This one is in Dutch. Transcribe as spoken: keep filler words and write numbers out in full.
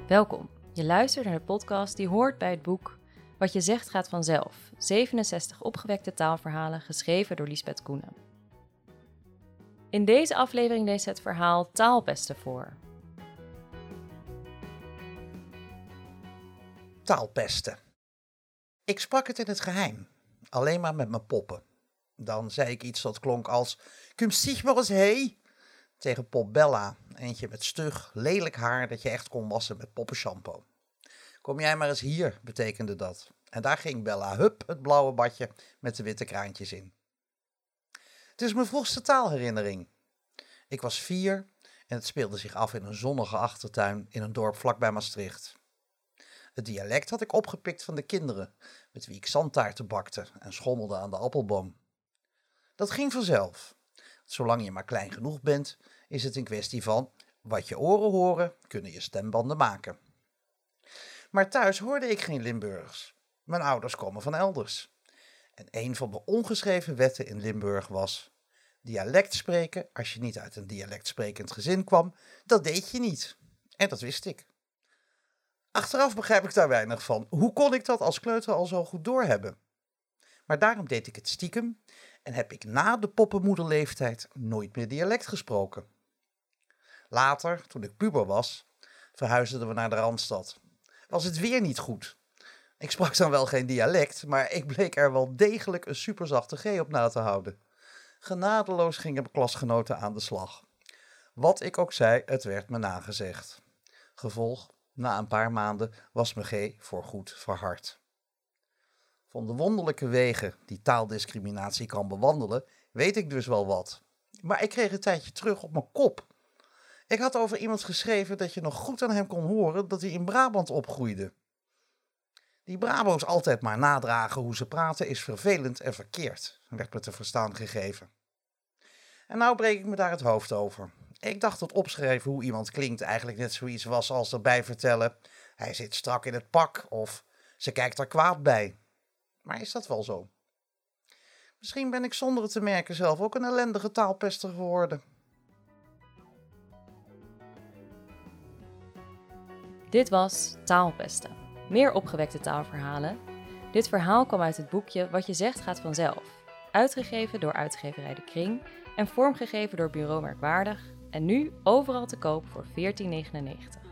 Welkom, je luistert naar de podcast die hoort bij het boek Wat je zegt gaat vanzelf, zevenenzestig opgewekte taalverhalen geschreven door Liesbeth Koenen. In deze aflevering leest het verhaal Taalpesten voor. Taalpesten. Ik sprak het in het geheim, alleen maar met mijn poppen. Dan zei ik iets dat klonk als, kom zeg maar eens hé, tegen pop Bella, eentje met stug, lelijk haar dat je echt kon wassen met poppenshampoo. Kom jij maar eens hier, betekende dat. En daar ging Bella, hup, het blauwe badje met de witte kraantjes in. Het is mijn vroegste taalherinnering. Ik was vier en het speelde zich af in een zonnige achtertuin in een dorp vlakbij Maastricht. Het dialect had ik opgepikt van de kinderen, met wie ik zandtaarten bakte en schommelde aan de appelboom. Dat ging vanzelf. Zolang je maar klein genoeg bent, is het een kwestie van wat je oren horen, kunnen je stembanden maken. Maar thuis hoorde ik geen Limburgs. Mijn ouders komen van elders. En een van de ongeschreven wetten in Limburg was: dialect spreken als je niet uit een dialectsprekend gezin kwam, dat deed je niet. En dat wist ik. Achteraf begrijp ik daar weinig van. Hoe kon ik dat als kleuter al zo goed doorhebben? Maar daarom deed ik het stiekem en heb ik na de poppenmoederleeftijd nooit meer dialect gesproken. Later, toen ik puber was, verhuisden we naar de Randstad. Was het weer niet goed. Ik sprak dan wel geen dialect, maar ik bleek er wel degelijk een superzachte G op na te houden. Genadeloos gingen mijn klasgenoten aan de slag. Wat ik ook zei, het werd me nagezegd. Gevolg, na een paar maanden was mijn G voorgoed verhard. Van de wonderlijke wegen die taaldiscriminatie kan bewandelen, weet ik dus wel wat. Maar ik kreeg een tijdje terug op mijn kop. Ik had over iemand geschreven dat je nog goed aan hem kon horen dat hij in Brabant opgroeide. Die Brabo's altijd maar nadragen hoe ze praten is vervelend en verkeerd, werd me te verstaan gegeven. En nou breek ik me daar het hoofd over. Ik dacht dat opschrijven hoe iemand klinkt eigenlijk net zoiets was als erbij vertellen: hij zit strak in het pak of ze kijkt er kwaad bij. Maar is dat wel zo? Misschien ben ik zonder het te merken zelf ook een ellendige taalpester geworden. Dit was Taalpesten. Meer opgewekte taalverhalen. Dit verhaal kwam uit het boekje Wat je zegt gaat vanzelf. Uitgegeven door uitgeverij De Kring en vormgegeven door Bureau Merkwaardig. En nu overal te koop voor veertien negenennegentig.